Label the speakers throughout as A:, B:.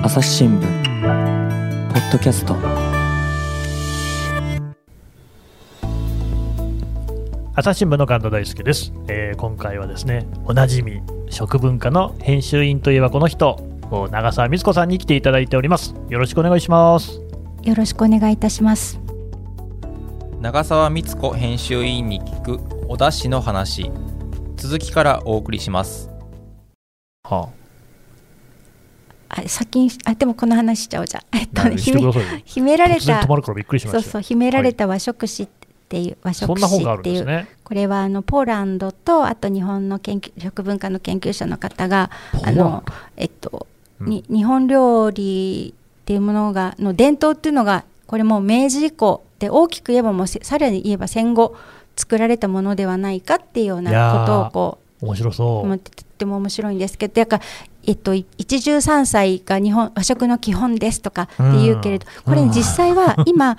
A: 朝日新聞ポッドキャスト。
B: 朝日新聞の神田大輔です。今回はですね、おなじみ食文化の編集員といえばこの人、長澤光子さんに来ていただいております。よろしくお願いします。
C: よろしくお願いいたします。
D: 長澤光子編集員に聞くお出汁の話、続きからお送りします。
C: 先にでもこの話しちゃおうじゃ秘められた秘められた和食史っていう、和食史っていう、ね、これはポーランドとあと日本の食文化の研究者の方が日本料理っていうものがの伝統っていうのがこれも明治以降で、大きく言えばもうさらに言えば戦後作られたものではないかっていうようなことを
B: 面白そう。
C: とっても面白いんですけど、だから一汁三菜が和食の基本ですとかって言うけれど、これ実際は今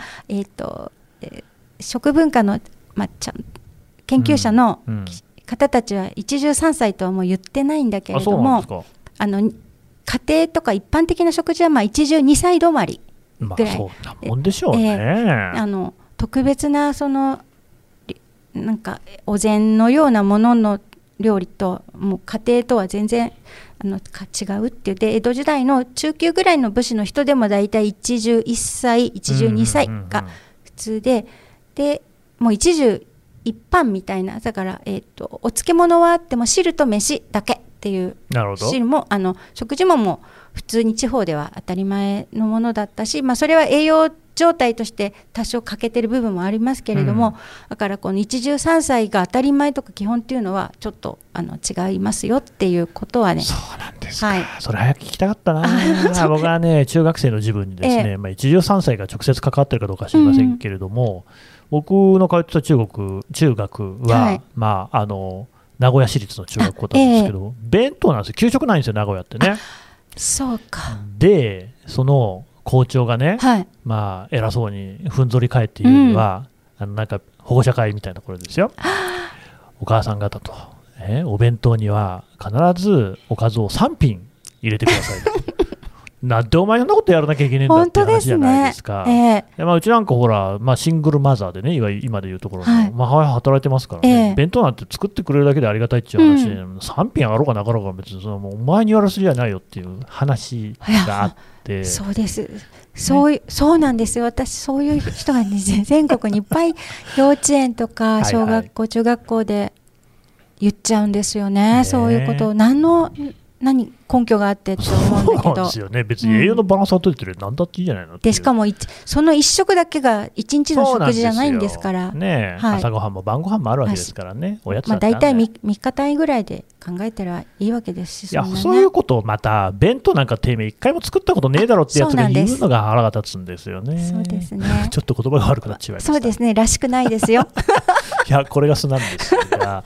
C: 食文化の、研究者の方たちは一汁三菜とはもう言ってないんだけれども、家庭とか一般的な食事は一汁二菜止まりぐらい、
B: そんなもんでしょうね。
C: 特別ななんかお膳のようなものの料理ともう家庭とは全然違うっていうで、江戸時代の中級ぐらいの武士の人でもだいたい一汁一菜一汁二菜が普通で、でもう一汁一飯みたいな、だから、お漬物はあっても汁と飯だけっていう、汁も食事ももう普通に地方では当たり前のものだったし、それは栄養状態として多少欠けてる部分もありますけれども、だからこの一汁三菜が当たり前とか基本っていうのはちょっと違いますよっていうことはね。
B: そうなんですか、はい、それ早く聞きたかったな僕はね、中学生の自分にですね、一汁三菜が直接関わってるかどうか知りませんけれども、僕の通ってた中学は、名古屋市立の中学校だったんですけど、弁当なんですよ。給食ないんですよ、名古屋ってね。
C: そうか。
B: でその校長がね、偉そうにふんぞり返って言うには、なんか保護者会みたいなこれですよ。お母さん方と、お弁当には必ずおかずを3品入れてくださいなんでお前そんなことやらなきゃいけないんだって話じゃないですか。うちなんかほら、シングルマザーでね、今でいうところの、母親働いてますからね、弁当なんて作ってくれるだけでありがたいっていう話で、3品あろうかなかろうか別にもうお前に言われすぎじゃないよっていう話があって。
C: そうです、そうなんですよ。私そういう人が、ね、全国にいっぱい幼稚園とか小学校中学校で言っちゃうんですよね。そういうことを何根拠があってって思うんだけど。
B: そうですよね。別に栄養のバランスが取れてる、何だっていいじゃないのっていう。
C: でしかもその一食だけが一日の食事じゃないんですから
B: ね、朝ごはんも晩ごはんもあるわけですからね、おやつだったらね、
C: 大体3日単位ぐらいで考えたらいいわけですし、
B: そういうことをまた弁当なんかてめえ一回も作ったことねえだろってやつが言うのが腹が立つんですよね。
C: そうですね
B: ちょっと言葉が悪くなっちまいました。
C: そうですね、らしくないですよ
B: いや、これが素なんですが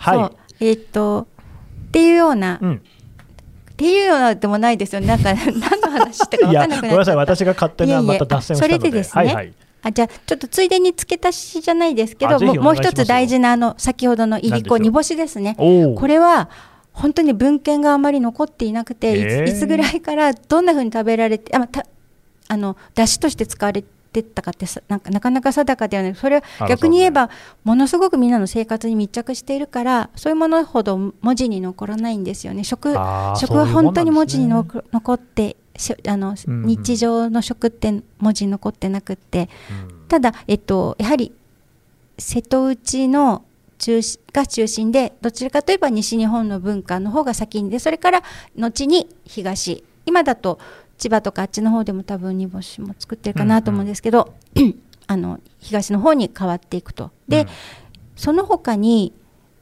C: っていうような、っていうようなでもないですよね。なんか何の話してか分からなくなっちゃった。
B: ごめんなさい、私が勝手にまた脱線をしたので。
C: それでですね、じゃあちょっとついでに付け足しじゃないですけど、もう一つ大事な先ほどのいりこ煮干しですね。これは本当に文献があまり残っていなくて、いつぐらいからどんな風に食べられてだしとして使われてったかってなかなか定かではない。それは逆に言えばものすごくみんなの生活に密着しているから、そういうものほど文字に残らないんですよね。食は本当に文字に残って日常の食って文字に残ってなくって、ただ、やはり瀬戸内のが中心で、どちらかといえば西日本の文化の方が先にで、それから後に東、今だと千葉とかあっちの方でも多分煮干しも作ってるかなと思うんですけど、東の方に変わっていくと。で、その他に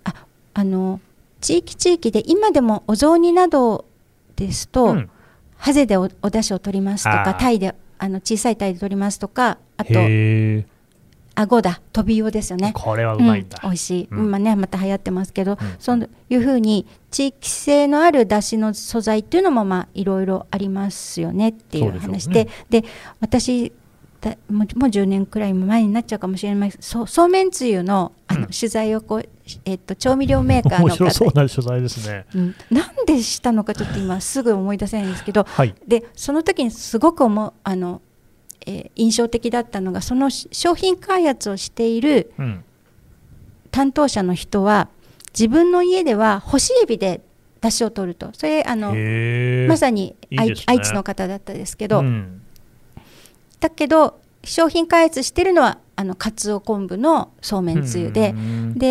C: 地域で今でもお雑煮などですと、ハゼでお出汁を取りますとか、タイで小さいタイで取りますとか、あとトビウオですよね。
B: これはうまいんだ、
C: 美味しい、今ねまた流行ってますけど、そういうふうに地域性のある出汁の素材っていうのもいろいろありますよねっていう話で、私もう10年くらい前になっちゃうかもしれないですけど、そうめんつゆの取材を調味料メーカーの方
B: 面白そうな取材ですね、
C: なんでしたのかちょっと今すぐ思い出せないんですけど、でその時にすごく印象的だったのが、その商品開発をしている担当者の人は、自分の家では干しエビで出汁を取ると。それまさに愛知の方だったですけど、だけど商品開発してるのはかつお昆布のそうめんつゆで、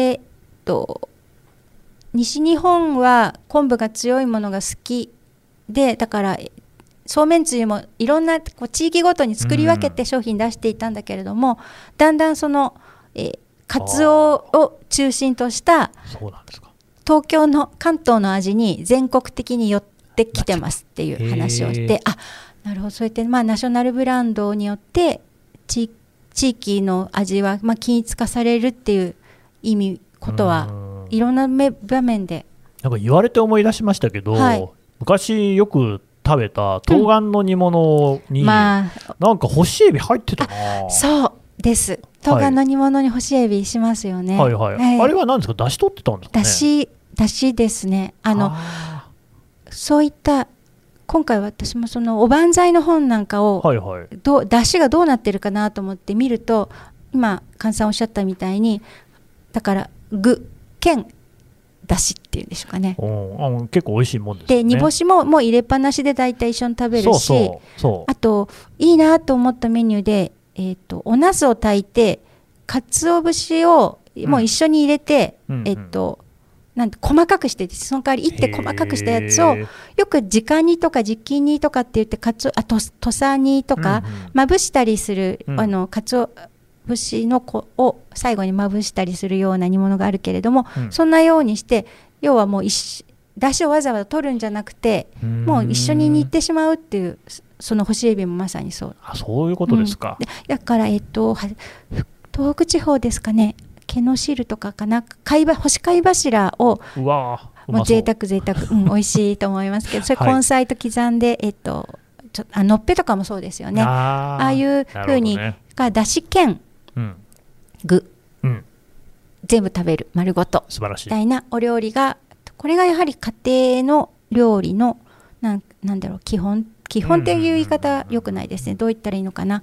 C: 西日本は昆布が強いものが好きで、だからそうめんつゆもいろんな地域ごとに作り分けて商品出していたんだけれども、だんだんそのかつおを中心とした東京の関東の味に全国的に寄ってきてますっていう話をして、なるほど、そうやってナショナルブランドによって地域の味は均一化されるっていうことはいろんな場面で
B: なんか言われて思い出しましたけど、昔よく食べた冬瓜の煮物に、なんか干しエビ入ってたな。
C: そうです、冬瓜の煮物に干しエビしますよね。
B: あれは何ですか、だし取ってたんですかね。
C: だしですね。そういった今回私もそのおばんざいの本なんかを、だしがどうなってるかなと思って見ると、今菅さんおっしゃったみたいに、だから具兼だしっていうんでしょうかね。
B: 結構美味しいもんですね。
C: で煮干しももう入れっぱなしで大体一緒に食べるし、あといいなと思ったメニューで、お茄子を炊いて鰹節をもう一緒に入れて、なんて細かくして、その代わりいって細かくしたやつをよく直煮とか直煮とかって言って土佐煮とかまぶしたりする、鰹節のを最後にまぶしたりするような煮物があるけれども、そんなようにして要はもうだしをわざわざ取るんじゃなくて、もう一緒に煮てしまうっていう、その干しエビもまさにそう。
B: そういうことですか。
C: だから東北地方ですかね、毛の汁とかかな、干し貝柱をもう贅沢、美味しいと思いますけど、それ根菜と刻んで、のっぺとかもそうですよね。ああいうふうにだし兼具、全部食べる丸ごとみたいなお料理が、これがやはり家庭の料理のなんだろう、基本っていう言い方良くないですね。どう言ったらいいのかな、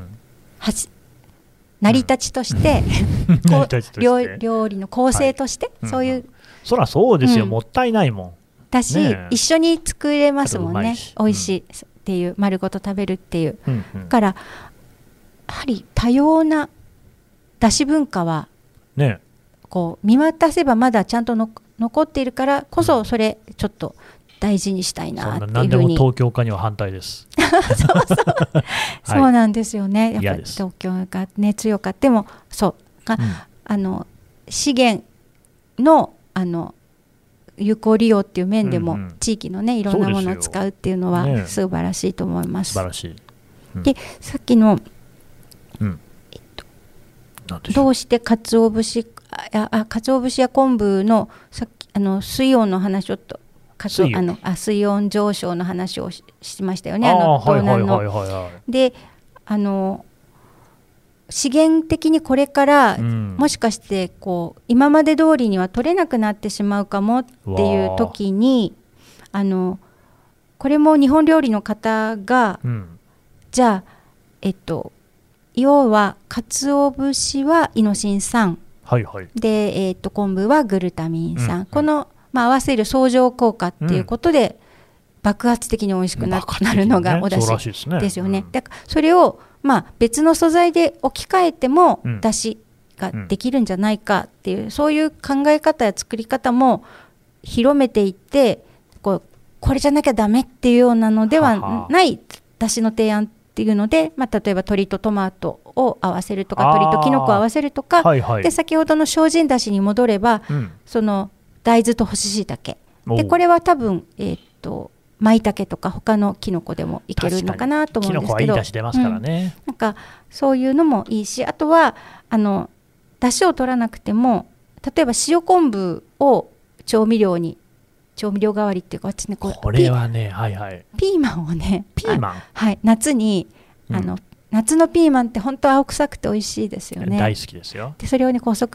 C: 成り立ちとして料理の構成として、そういう、
B: そりゃそうですよ、もったいないもん
C: だし、一緒に作れますもんね。美味しいっていう、丸ごと食べるっていう、だからやはり多様なだし文化はこう見渡せばまだちゃんと残っているからこそ、それちょっと大事にしたいなっていうふうに。
B: 何でも東京化には反対です
C: そうなんですよね。やっぱり東京がね強かっても資源の有効利用っていう面でも、地域のねいろんなものを使うっていうのは素晴らしいと思います。
B: 素晴らしい。
C: でさっきの、どうして鰹節や昆布のさっき水温の話を水温上昇の話を しましたよね。東南ので資源的にこれから、もしかしてこう今まで通りには取れなくなってしまうかもっていう時に、これも日本料理の方が、じゃあ要は鰹節はイノシン酸、で、昆布はグルタミン酸、この、合わせる相乗効果っていうことで、爆発的に美味しく なるのがお出汁ですよね。だからそれを別の素材で置き換えても出汁ができるんじゃないかっていう、そういう考え方や作り方も広めていって、これじゃなきゃダメっていうようなのではない出汁の提案っていうので、例えば鶏とトマトを合わせるとか、鶏とキノコを合わせるとか、で先ほどの精進だしに戻れば、その大豆と干し椎茸で、これは多分舞茸とか他のキノコでもいけるのかなと思うんですけど、
B: キノコはいい出汁出ますからね。
C: なんかそういうのもいいし、あとは出汁を取らなくても、例えば塩昆布を調味料代わりっていうか、
B: これはね、
C: ピーマンをね、夏に夏のピーマンって本当青臭くて美味しいですよね。
B: 大好きですよ。
C: でそれをね細く切っ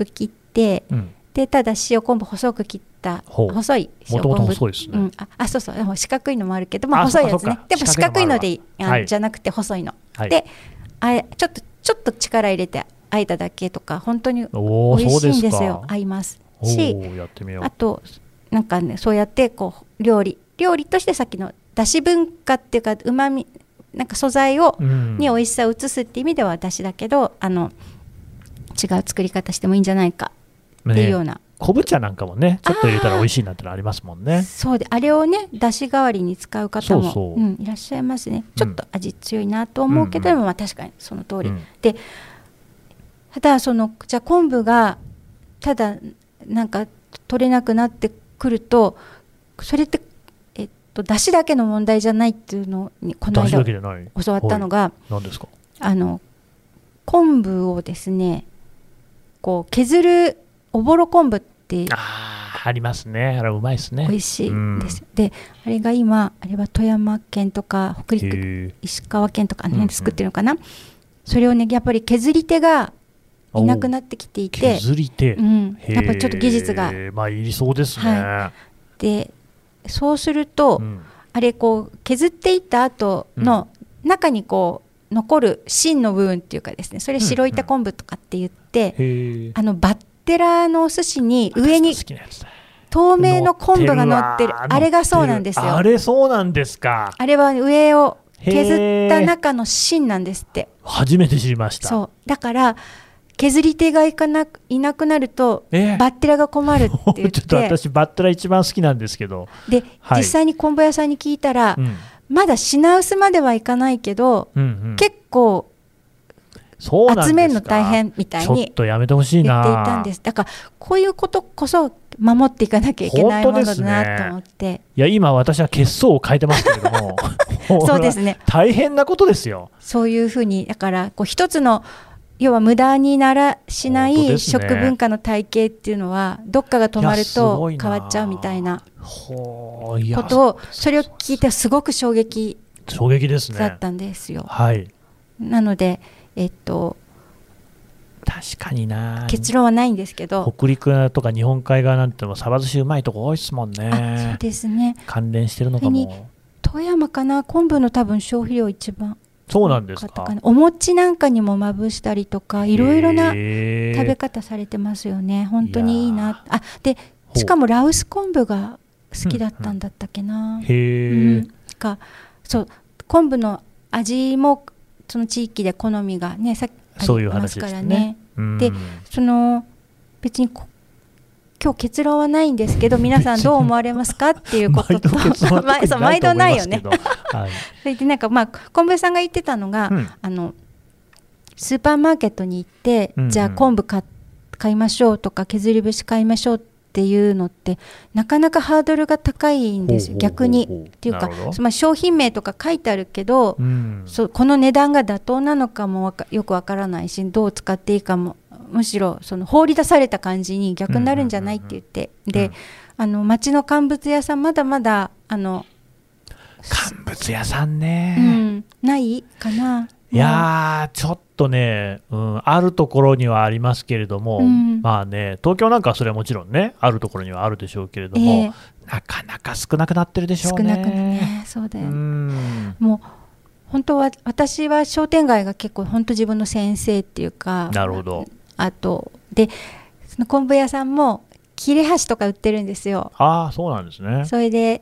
C: て、でただ塩昆布細く切った細い塩昆布、
B: 細いですね、
C: そうそう四角いのもあるけど、細いやつね。でも四角いのでじゃなくて細いの、でちょっと力入れてあえただけとか本当に美味しいんですよ。合いますし、あとなんかね、そうやってこう料理としてさっきのだし文化っていうか、うまみなんか素材に美味しさを移すっていう意味ではだしだけど、違う作り方してもいいんじゃないかっていうような、
B: 昆布茶なんかもねちょっと入れたら美味しいなんてのありますもんね。
C: そうで、あれをねだし代わりに使う方もいらっしゃいますね。ちょっと味強いなと思うけど、まあ確かにその通り、でただじゃあ昆布がただなんか取れなくなってくると、それってだしだけの問題じゃないっていうのにこの間教わったのが、
B: 何ですか？
C: 昆布をですねこう削るおぼろ昆布って
B: ありますね。あれうまいですね。
C: 美味しいです、であれが今あれは富山県とか北陸石川県とかあの辺で作ってるのかな、それをねやっぱり削り手がいなくなってきていて、
B: 削り手、
C: やっぱりちょっと技術が
B: いりそうですね、
C: でそうすると、あれこう削っていった後の中にこう残る芯の部分っていうかですね、それ白板昆布とかって言って、バッテラのお寿司に上に透明の昆布が乗ってる、あれがそうなんですよ。
B: あれそうなんですか。
C: あれは上を削った中の芯なんですって。
B: 初めて知りました。
C: そうだから削り手がいなくなると、バッテラが困るって言ってちょっと
B: 私バッテラ一番好きなんですけど、
C: で、実際に昆布屋さんに聞いたら、まだ品薄まではいかないけど、結構集めるの大変みたいに
B: ちょっとやめてほしいな
C: 言っていたんです。だからこういうことこそ守っていかなきゃいけないものだなと思って、
B: いや今私は血相を変えてますけれども
C: そうですね、
B: 大変なことですよ。
C: そういうふうにだからこう一つの要は無駄にしない食文化の体系っていうのはどっかが止まると変わっちゃうみたいなことを、それを聞いてすごく衝撃だったんですよ。なので
B: 確かにな、
C: 結論はないんですけど、
B: 北陸とか日本海側なんてもサバ寿司うまいとこ多いですもんね。
C: そうですね、
B: 関連してるのかも。
C: 富山かな、昆布の多分消費量一番。
B: そうなんですか。
C: お餅なんかにもまぶしたりとかいろいろな食べ方されてますよね。本当にいいな。でしかも羅臼昆布が好きだったんだったっけな。そう昆布の味もその地域で好みがね、さっきありますからね。で別に今日結論はないんですけど、皆さんどう思われますかっていうことと毎度ないよねそれでなんか昆布屋さんが言ってたのが、スーパーマーケットに行って、じゃあ昆布買いましょうとか削り節買いましょうっていうのってなかなかハードルが高いんですよ、逆に。っていうか商品名とか書いてあるけど、この値段が妥当なのかもよくわからないし、どう使っていいかもむしろ放り出された感じに逆になるんじゃないって言って、で町の乾物屋さんまだまだ
B: 乾物屋さんね、
C: ないかな。
B: いやちょっとね、あるところにはありますけれども、まあね、東京なんかはそれはもちろんねあるところにはあるでしょうけれども、なかなか少なくなってるでしょうね。
C: 少なくね、そうだよ。もう本当は私は商店街が結構本当自分の先生っていうか。
B: なるほど。
C: あとでその昆布屋さんも切れ端とか売ってるんですよ。
B: そうなんですね。
C: それで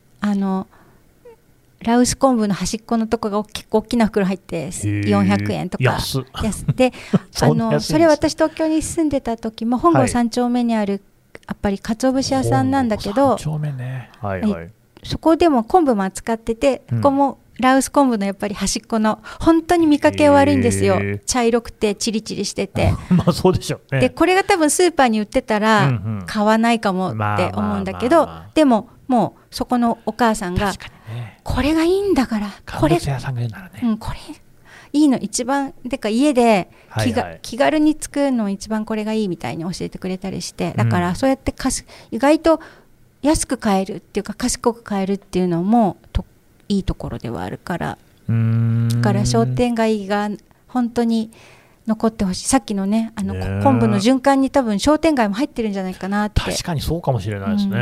C: 羅臼昆布の端っこのとこが結構大きな袋入って400円とか
B: 安
C: でそれ私東京に住んでた時も本郷3丁目にあるやっぱり鰹節屋さんなんだけど、
B: 3丁目ね、
C: そこでも昆布も扱ってて、ここも羅臼昆布のやっぱり端っこの本当に見かけ悪いんですよ。茶色くてチリチリしてて
B: そうでしょうね。
C: でこれが多分スーパーに売ってたら買わないかもって思うんだけど、でももうそこのお母さんがこれがいいんだからこれこれいいの一番でか家で気軽に作るの一番これがいいみたいに教えてくれたりして、だからそうやって意外と安く買えるっていうか賢く買えるっていうのもいいところではあるから、だから商店街が本当に残ってほしい。さっきのね、昆布の循環に多分商店街も入ってるんじゃないかなって。
B: 確かにそうかもしれないですね。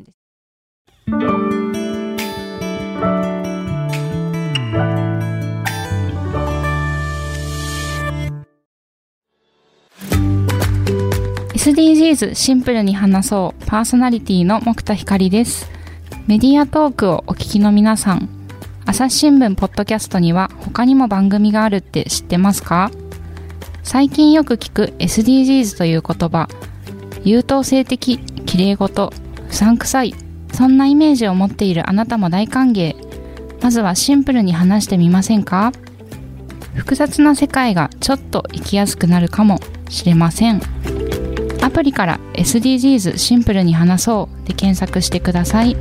E: SDGs シンプルに話そうパーソナリティの木田光です。メディアトークをお聞きの皆さん、朝日新聞ポッドキャストには他にも番組があるって知ってますか？最近よく聞く SDGs という言葉、優等生的、綺麗事、うさんくさい、そんなイメージを持っているあなたも大歓迎。まずはシンプルに話してみませんか？複雑な世界がちょっと生きやすくなるかもしれません。アプリから SDGs シンプルに話そうで検索してください。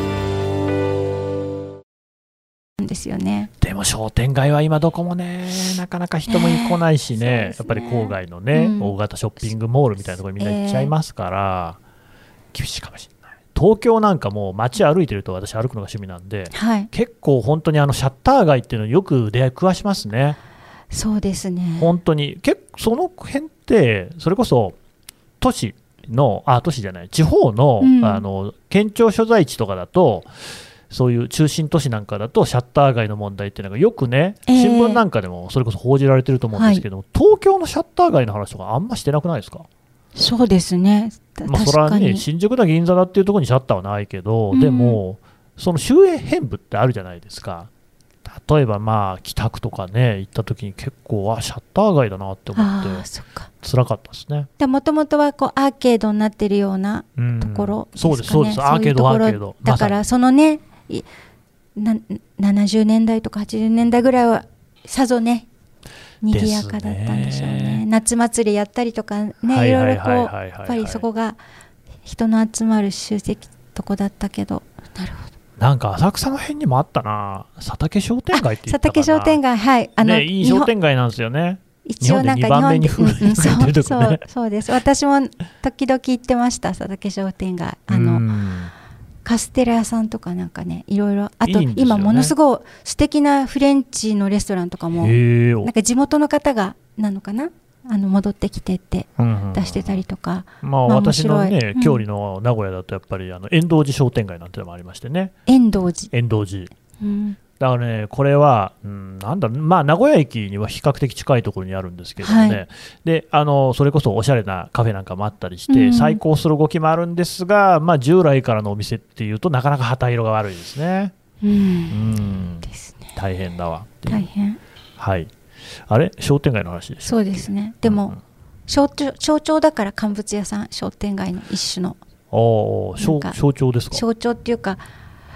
C: ですよね。
B: でも商店街は今どこもね、なかなか人も来ないしね、やっぱり郊外のね、大型ショッピングモールみたいなところにみんな行っちゃいますから、厳しいかもしれない。東京なんかもう街歩いてると、私歩くのが趣味なんで、結構本当にシャッター街っていうのよく出くわしますね。
C: そうですね。
B: 本当にその辺ってそれこそ都市じゃない地方の、県庁所在地とかだと、そういう中心都市なんかだとシャッター街の問題っていうのがよくね、新聞なんかでもそれこそ報じられてると思うんですけど、東京のシャッター街の話とかあんましてなくないですか？
C: そうですね。
B: それはね、新宿だ銀座だっていうところにシャッターはないけど、でもその周辺部ってあるじゃないですか。例えば北区とかね行った時に結構シャッター街だなって思って辛かったですね。
C: もともとはアーケードになってるようなところですかね。
B: そうですアーケード
C: だからそのね、70年代とか80年代ぐらいはさぞね賑やかだったんでしょうね。夏祭りやったりとかね、いろいろやっぱりそこが人の集まる集積とこだったけど。なるほど。
B: なんか浅草の辺にもあったな、佐竹商店街って言ったかな。
C: 佐竹商店街、はい、
B: いい商店街なんですよね。
C: 一応なんか日本でそうです。私も時々行ってました、佐竹商店街。カステラ屋さんとかなんかね、いろいろ、あと今ものすごい素敵なフレンチのレストランとかもなんか地元の方がなのかな、戻ってきてって出してたりとか、
B: 私のね、郷里の名古屋だとやっぱり円頓寺商店街なんてのもありましてね。
C: 円頓寺、
B: だからね、これは、なんだろう、名古屋駅には比較的近いところにあるんですけどね、でそれこそおしゃれなカフェなんかもあったりして、再興する動きもあるんですが、従来からのお店っていうとなかなか旗色が悪いですね。
C: ですね。
B: 大変だわ。
C: 大変。
B: はい。あれ、商店街の話でした。
C: そうですね。でも、象徴だから乾物屋さん、商店街の一種の。
B: 象徴ですか？
C: 象徴っていうか、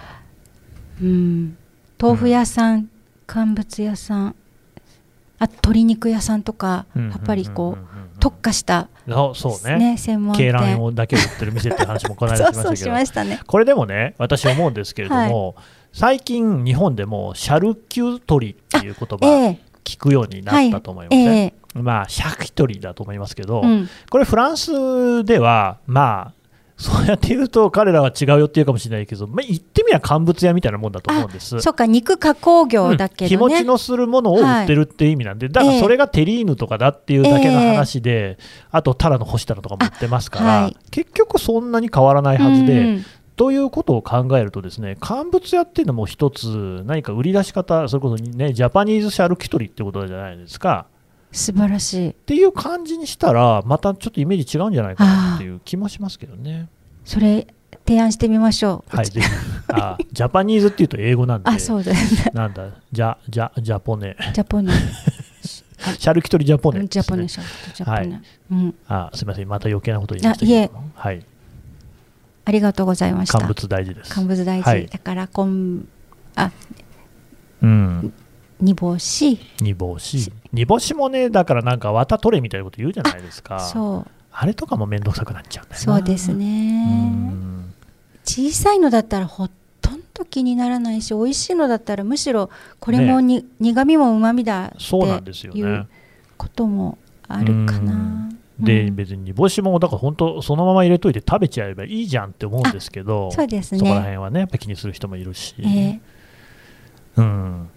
C: 豆腐屋さん、乾物屋さん、あと鶏肉屋さんとか、やっぱり特化した専門店、
B: 鶏卵だけ売ってる店って話もこの間しましたけど、これでもね、私思うんですけれども、最近日本でもシャルキュトリっていう言葉聞くようになったと思いますね。シャキトリだと思いますけど、これフランスではそうやって言うと彼らは違うよって言うかもしれないけど、言ってみれば乾物屋みたいなもんだと思うんです。
C: そうか、肉加工業だけどね、
B: 日持ちのするものを売ってるっていう意味なんで、だからそれがテリーヌとかだっていうだけの話で、あとタラの干したのとかも売ってますから、結局そんなに変わらないはずで、ということを考えるとですね、乾物屋っていうのも一つ何か売り出し方、それこそね、ジャパニーズシャルキュトリってことじゃないですか。
C: 素晴らしい
B: っていう感じにしたら、またちょっとイメージ違うんじゃないかなっていう気もしますけどね。
C: それ提案してみましょう。
B: はい、ぜひ。ジャパニーズっていうと英語なんで、
C: そうですね。
B: なんだ、ジャポネ。
C: ジャポネ。
B: シャルキュトリジャポネ、
C: ジャポネ、シャルキュトリジャポネ。
B: すみません、また余計なこと言いましたけども。はい。
C: ありがとうございました。
B: 乾物大事です。
C: 乾物大事。だから煮干し
B: もね、だからなんか綿取れみたいなこと言うじゃないですか。あれとかも面倒くさくなっちゃうんだよね。
C: そうですね。小さいのだったらほとんど気にならないし、美味しいのだったらむしろこれも苦味もうまみだっていうこともあるかな。
B: で別に煮干しもだから本当そのまま入れといて食べちゃえばいいじゃんって思うんですけど、
C: そうですね、
B: そこら辺はねやっぱ気にする人もいるし、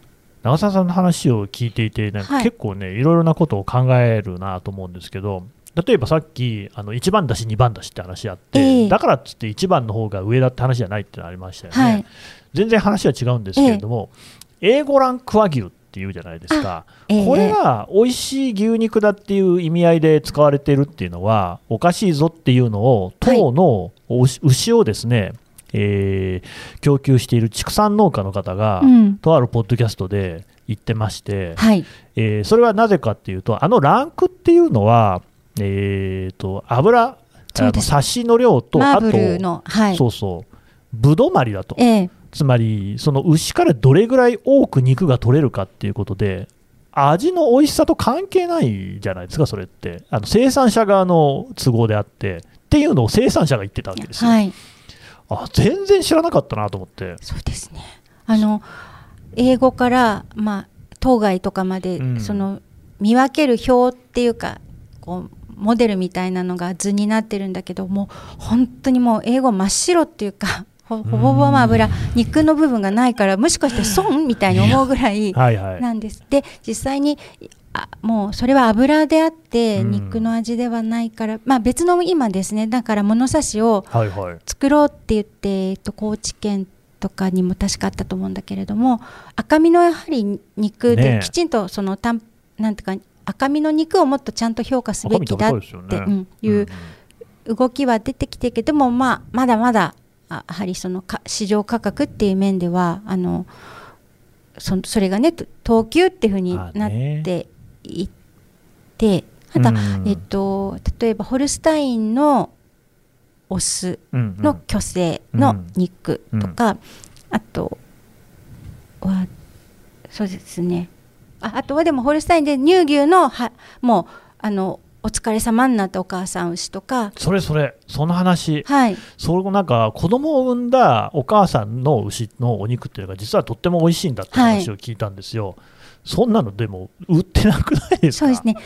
B: 長澤さんの話を聞いていて、なんか結構ね、いろいろなことを考えるなと思うんですけど、例えばさっき1番だし2番だしって話あって、だからっつって1番の方が上だって話じゃないってのありましたよね、全然話は違うんですけれども、A5 ランク和牛っていうじゃないですか、これが美味しい牛肉だっていう意味合いで使われているっていうのはおかしいぞっていうのを、当の牛をですね、供給している畜産農家の方が、とあるポッドキャストで言ってまして、それはなぜかっていうと、ランクっていうのは、油、サシの量と、あと、そうそう、ぶどまりだと、つまりその牛からどれぐらい多く肉が取れるかっていうことで、味の美味しさと関係ないじゃないですか、それって。生産者側の都合であってっていうのを生産者が言ってたわけですよ。全然知らなかったなと思って。
C: そうですね。英語から、当該とかまで、その見分ける表っていうか、こうモデルみたいなのが図になってるんだけども、本当にもう英語真っ白っていうか、ほぼほぼ油、肉の部分がないから、もしかして損みたいに思うぐらいなんです。で、実際にもうそれは油であって肉の味ではないから、別の今ですね、だから物差しを作ろうって言って、高知県とかにも確かあったと思うんだけれども、赤身のやはり肉できちんとそのなんていうか、赤身の肉をもっとちゃんと評価すべきだっていう動きは出てきてるけども、まだまだやはりその市場価格っていう面ではそれがね等級っていうふうになっていて、ただ、例えばホルスタインのオスの去勢の肉とか、あとはそうですね、あとはでもホルスタインで乳牛のもうお疲れ様になったお母さん牛とか、
B: その話、それもなんか子供を産んだお母さんの牛のお肉っていうのが実はとっても美味しいんだって話を聞いたんですよ、そんなのでも売ってなくないですか？
C: そうですね、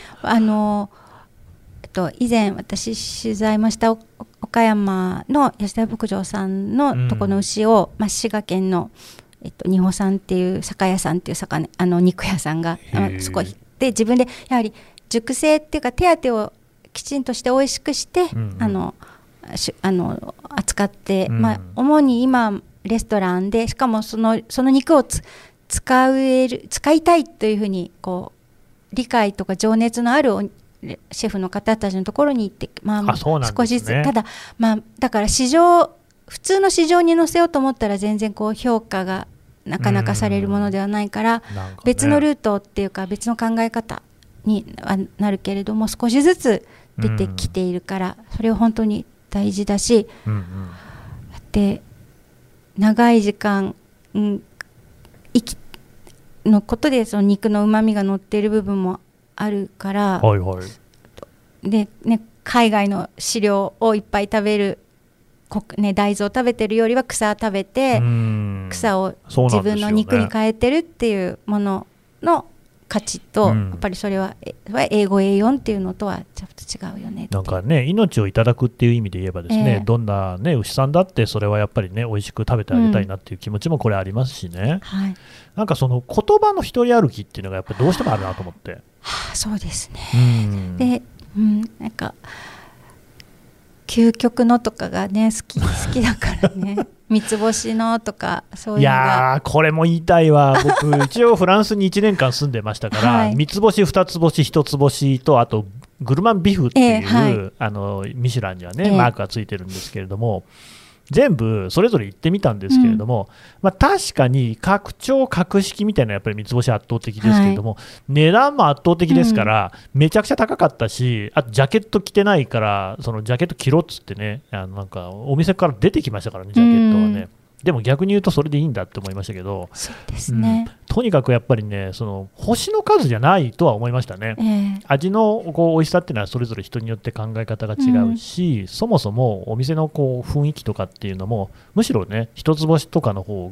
C: 以前私取材もした岡山の安田牧場さんのとこの牛を、滋賀県の二保さんっていう酒屋さんっていう肉屋さんがそこで自分でやはり熟成っていうか手当てをきちんとして美味しくして、扱って、主に今レストランでしかもその肉を使いたいというふうにこう理解とか情熱のあるシェフの方たちのところに行って、少しずつ、ただ、だから普通の市場に載せようと思ったら全然こう評価がなかなかされるものではないから、別のルートっていうか別の考え方にはなるけれども、少しずつ出てきているから、それは本当に大事だし、で長い時間、のことでその肉のうまみが乗っている部分もあるから、でね、海外の飼料をいっぱい食べる、大豆を食べてるよりは草を食べて、草を自分の肉に変えてるっていうものの価値と、やっぱりそれは英語 A4 っていうのとはちょっと違うよね。
B: なんかね、命をいただくっていう意味で言えばですね、どんなね牛さんだってそれはやっぱりね美味しく食べてあげたいなっていう気持ちもこれありますしね、なんかその言葉の一人歩きっていうのがやっぱりどうしてもあるなと思って、
C: そうですね、で、なんか究極のとかがね好きだからね三つ星のとかそういうのが、
B: いやこれも言いたいわ。僕一応フランスに1年間住んでましたから、三つ星二つ星一つ星と、あとグルマンビフっていう、ミシュランにはね、マークがついてるんですけれども、全部それぞれ行ってみたんですけれども、確かに格調格式みたいなやっぱり三つ星圧倒的ですけれども、値段も圧倒的ですから、めちゃくちゃ高かったし、あとジャケット着てないからそのジャケット着ろっつってね、なんかお店から出てきましたからね、ジャケットはね。でも逆に言うとそれでいいんだって思いましたけど、
C: そうですね、
B: とにかくやっぱりね、その星の数じゃないとは思いましたね、味のこう美味しさっていうのはそれぞれ人によって考え方が違うし、そもそもお店のこう雰囲気とかっていうのもむしろね一つ星とかの方が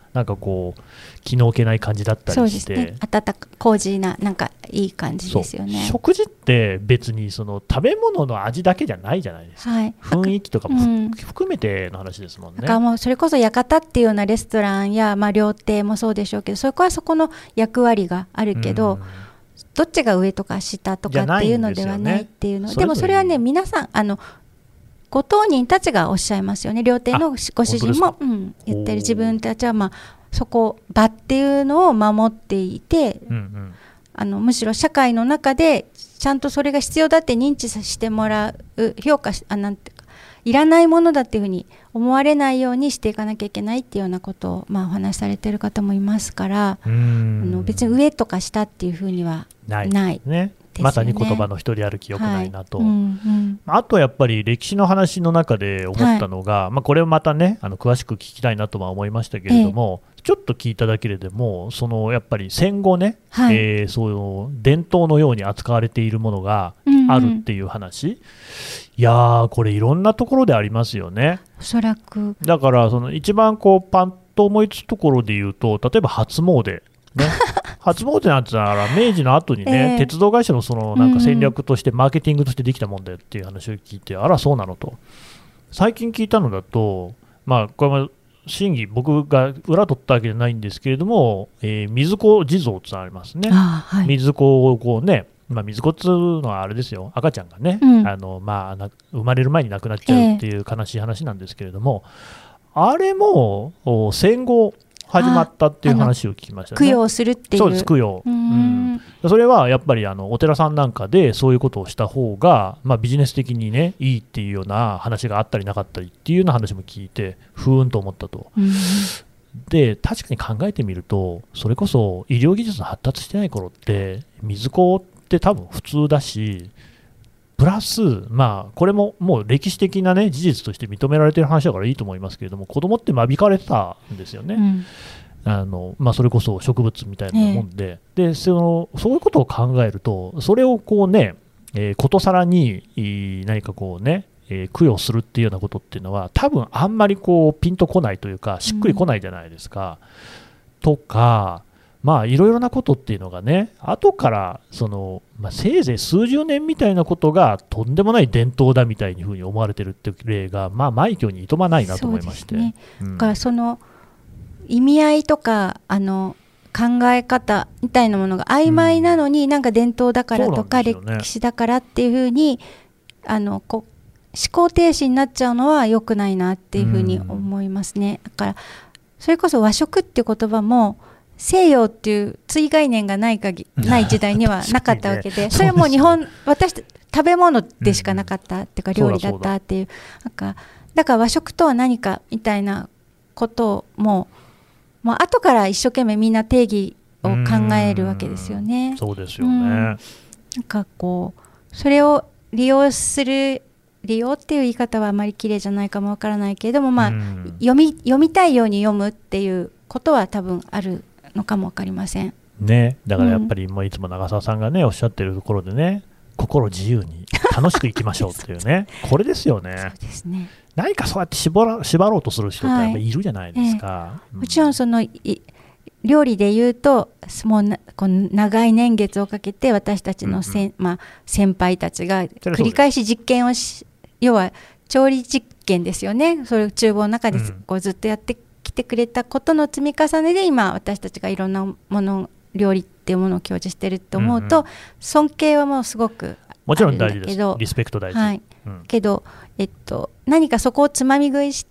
B: なんかこう気の置けない感じだったりして、
C: そうですね、温かコージーななんかいい感じですよね。
B: 食事って別にその食べ物の味だけじゃないじゃないですか、はい、雰囲気とかも、含めての話ですもんね。
C: だからもうそれこそ館っていうようなレストランや、料亭もそうでしょうけど、そこはそこの役割があるけど、どっちが上とか下とかっていうのではないっていうの でもそれはね、皆さんご当人たちがおっしゃいますよね。料亭のご主人も、言ってる。自分たちは、そこ場っていうのを守っていて、むしろ社会の中でちゃんとそれが必要だって認知してもらう、評価なんていうか、いらないものだっていうふうに思われないようにしていかなきゃいけないっていうようなことを、お話しされている方もいますから、別に上とか下っていうふうにはない
B: ね。まさに言葉の一人歩き良くないなと、あとやっぱり歴史の話の中で思ったのが、これをまたね詳しく聞きたいなとは思いましたけれども、ちょっと聞いただけでもやっぱり戦後ね、そういう伝統のように扱われているものがあるっていう話、いやーこれいろんなところでありますよね。
C: おそらく
B: だから一番パンと思いつくところで言うと、例えば初詣ね初詣なんてのは明治の後にね、鉄道会社のなんか戦略としてマーケティングとしてできたもんだよっていう話を聞いて、あらそうなのと。最近聞いたのだと、これも真偽僕が裏取ったわけじゃないんですけれども、水子地蔵ってのありますね。水子をね、水子っていうのはあれですよ、赤ちゃんがね、生まれる前に亡くなっちゃうっていう悲しい話なんですけれども、あれも戦後始まったっていう話を聞きましたね。
C: 供養するっていう。
B: そうです、供養。それはやっぱりお寺さんなんかでそういうことをした方が、ビジネス的にねいいっていうような話があったりなかったりっていうような話も聞いて、ふーんと思ったと。で確かに考えてみると、それこそ医療技術の発達してない頃って水子って多分普通だし、プラス、これももう歴史的な、事実として認められている話だからいいと思いますけれども、子供って間引かれてたんですよね。それこそ植物みたいなもんで、そういうことを考えると、それをことさらに何か供養するっていうようなことっていうのは、多分あんまりピンとこないというか、しっくりこないじゃないですか。とかいろいろなことっていうのがね、後からせいぜい数十年みたいなことがとんでもない伝統だみたいにふうに思われてるっていう例が、枚挙にいとまないなと思いまして。だ
C: から意味合いとか考え方みたいなものが曖昧なのに、なんか伝統だからとか、歴史だからっていうふうに思考停止になっちゃうのは良くないなっていうふうに思いますね。だからそれこそ和食っていう言葉も西洋っていう追概念がない時代にはなかったわけで、それはもう私食べ物でしかなかったっていうか、料理だったっていう、だから和食とは何かみたいなことをもう後から一生懸命みんな定義を考えるわけですよね。
B: そうですよね。
C: それを利用っていう言い方はあまり綺麗じゃないかもわからないけれども、読みたいように読むっていうことは多分あるのかもわかりません
B: ね。だからやっぱりいつも長澤さんがねおっしゃってるところでね、心自由に楽しくいきましょうっていうねこれですよね。
C: そうですね。
B: 何かそうやって縛ろうとする人ってやっぱりいるじゃないですか。
C: もちろん料理で言うと、もうこの長い年月をかけて私たちの先輩たちが繰り返し実験を要は調理実験ですよね。それを厨房の中でずっとやってきてくれたことの積み重ねで、今私たちがいろんなもの料理っていうものを享受してると思うと、尊敬はもうすごく
B: もちろん大事です。リスペクト大事、
C: けど、何かそこをつまみ食いして、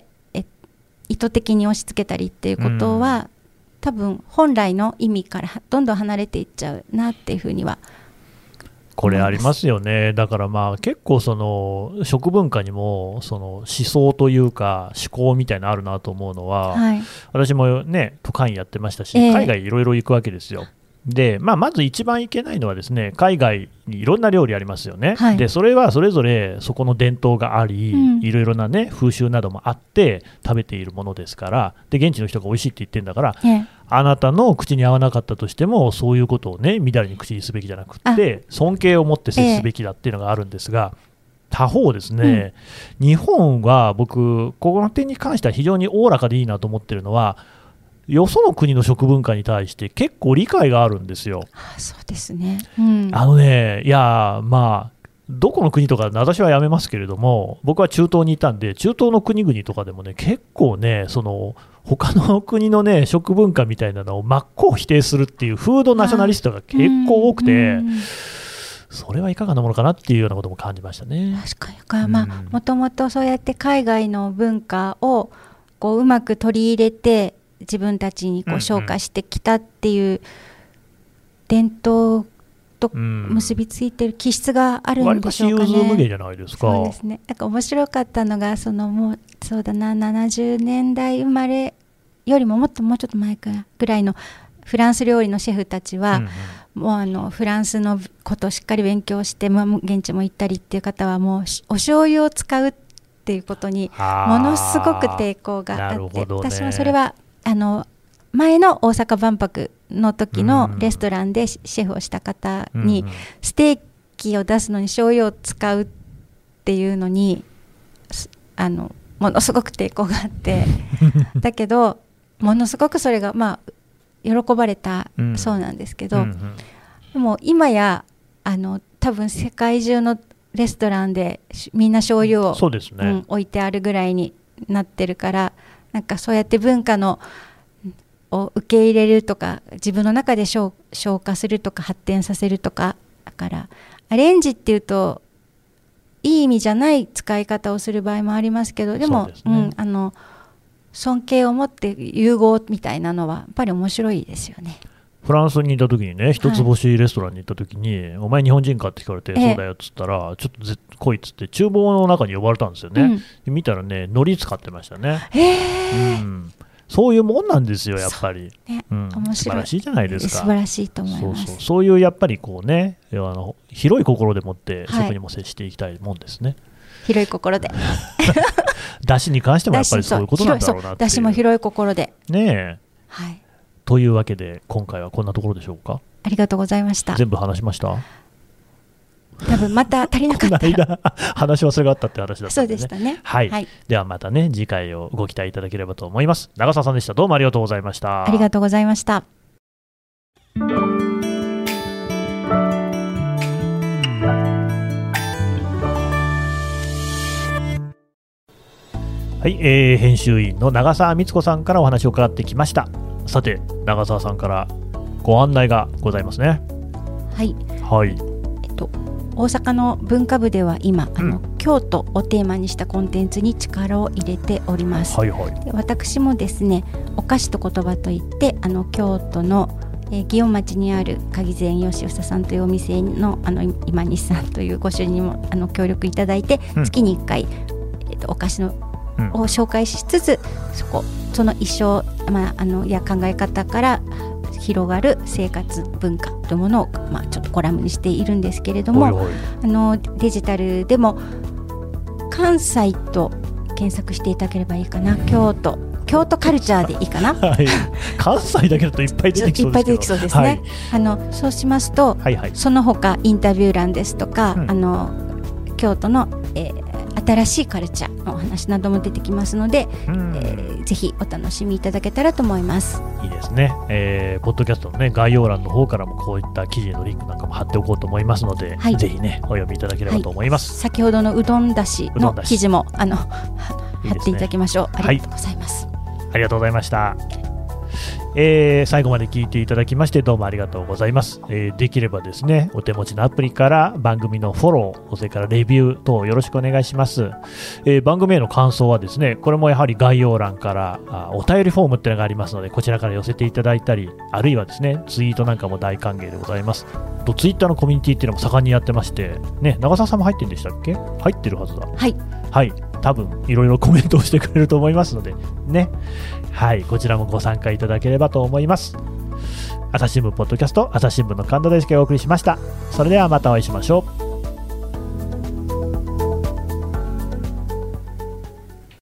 C: 意図的に押し付けたりっていうことは、多分本来の意味からどんどん離れていっちゃうなっていうふうには
B: これありますよね。だから結構食文化にも思想というか思考みたいなのあるなと思うのは、私もね都会やってましたし、海外いろいろ行くわけですよ。でまず一番いけないのはですね、海外にいろんな料理ありますよね。でそれはそれぞれそこの伝統があり、いろいろなね風習などもあって食べているものですから、で現地の人が美味しいって言ってるんだから、あなたの口に合わなかったとしてもそういうことをねみだらに口にすべきじゃなくって尊敬を持って接すべきだっていうのがあるんですが、他方ですね、日本は僕ここの点に関しては非常におおらかでいいなと思ってるのは、 よその国の食文化に対して結構理解があるんですよ。
C: そうですね、
B: いやまあどこの国とか私はやめますけれども、僕は中東にいたんで、中東の国々とかでもね、結構ね、その他の国のね食文化みたいなのを真っ向否定するっていうフードナショナリストが結構多くて、それはいかがなものかなっていうようなことも感じましたね。
C: 確かに、もともとそうやって海外の文化をこううまく取り入れて自分たちにこう消化してきたっていう伝統と結びついてる気質があるんでしょうかね。
B: 割と融通無碍じゃないですか。
C: そうですね。なんか面白かったのが、もうそうだな、70年代生まれよりももうちょっと前ぐらいのフランス料理のシェフたちは、もうフランスのことをしっかり勉強して、現地も行ったりっていう方はもうお醤油を使うっていうことにものすごく抵抗があって、私もそれは前の大阪万博の時のレストランでシェフをした方に、ステーキを出すのに醤油を使うっていうのにものすごく抵抗があってだけどものすごくそれが喜ばれたそうなんですけど、でも今や多分世界中のレストランでみんな醤油を、置いてあるぐらいになってるから、なんかそうやって文化を受け入れるとか、自分の中で消化するとか発展させるとか、だからアレンジっていうといい意味じゃない使い方をする場合もありますけど、でも尊敬を持って融合みたいなのはやっぱり面白いですよね。
B: フランスにいた時にね、一つ星レストランに行った時に、お前日本人かって聞かれて、そうだよっつったら、ちょっと来いっつって厨房の中に呼ばれたんですよね。見たらね、海苔使ってましたね。そういうもんなんですよ、やっぱり。素晴らしいじゃないですか。
C: 素晴らしいと思います。
B: そういうやっぱりこうね、広い心でもって食にも接していきたいもんですね。
C: 広い心で。
B: 出汁に関してもやっぱりそういうことなんだろうなっていう。
C: 出汁も広い心で。
B: ねえ。というわけで今回はこんなところでしょうか。
C: ありがとうございました。
B: 全部話しました。
C: 多分また足りなかった。
B: この間話忘れがあったって話だったんでね。
C: そうでしたね。
B: はい。ではまたね、次回をご期待いただければと思います。長澤さんでした。どうもありがとうございました。
C: ありがとうございました。
B: はい、編集員の長澤光子さんからお話を伺ってきました。さて、長澤さんからご案内がございますね。
C: はい。
B: はい。
C: 大阪の文化部では今、京都をテーマにしたコンテンツに力を入れております。で私もですね、お菓子と言葉といって京都の祇園町にある鍵膳吉房さんというお店の今西さんというご主人にも協力いただいて、月に1回、お菓子のを紹介しつつ、その一生、や考え方から広がる生活文化というものを、ちょっとコラムにしているんですけれども、デジタルでも関西と検索していただければいいかな。京都カルチャーでいいかな。
B: 関西だけだといっぱい出てきそうですけど、いっぱい出てきそうですね。
C: そうしますと、その他インタビュー欄ですとか、京都の、新しいカルチャーのお話なども出てきますので、ぜひお楽しみいただけたらと思います。
B: いいですね。ポッドキャストの、概要欄の方からもこういった記事のリンクなんかも貼っておこうと思いますので、ぜひねお読みいただければと思います。
C: 先ほどのうどんだしの記事も貼っていただきましょう。ありがとうございます。
B: ありがとうございました。最後まで聞いていただきましてどうもありがとうございます。できればですね、お手持ちのアプリから番組のフォロー、それからレビュー等よろしくお願いします。番組への感想はですね、これもやはり概要欄からお便りフォームっていうのがありますので、こちらから寄せていただいたり、あるいはですね、ツイートなんかも大歓迎でございます。ツイッターのコミュニティっていうのも盛んにやってまして、ね、長澤さんも入ってるんでしたっけ？入ってるはずだ。はい、多分いろいろコメントをしてくれると思いますのでね、はい、こちらもご参加いただければと思います。朝日新聞ポッドキャスト、朝日新聞の神田大輔がお送りしました。それではまたお会いしましょう。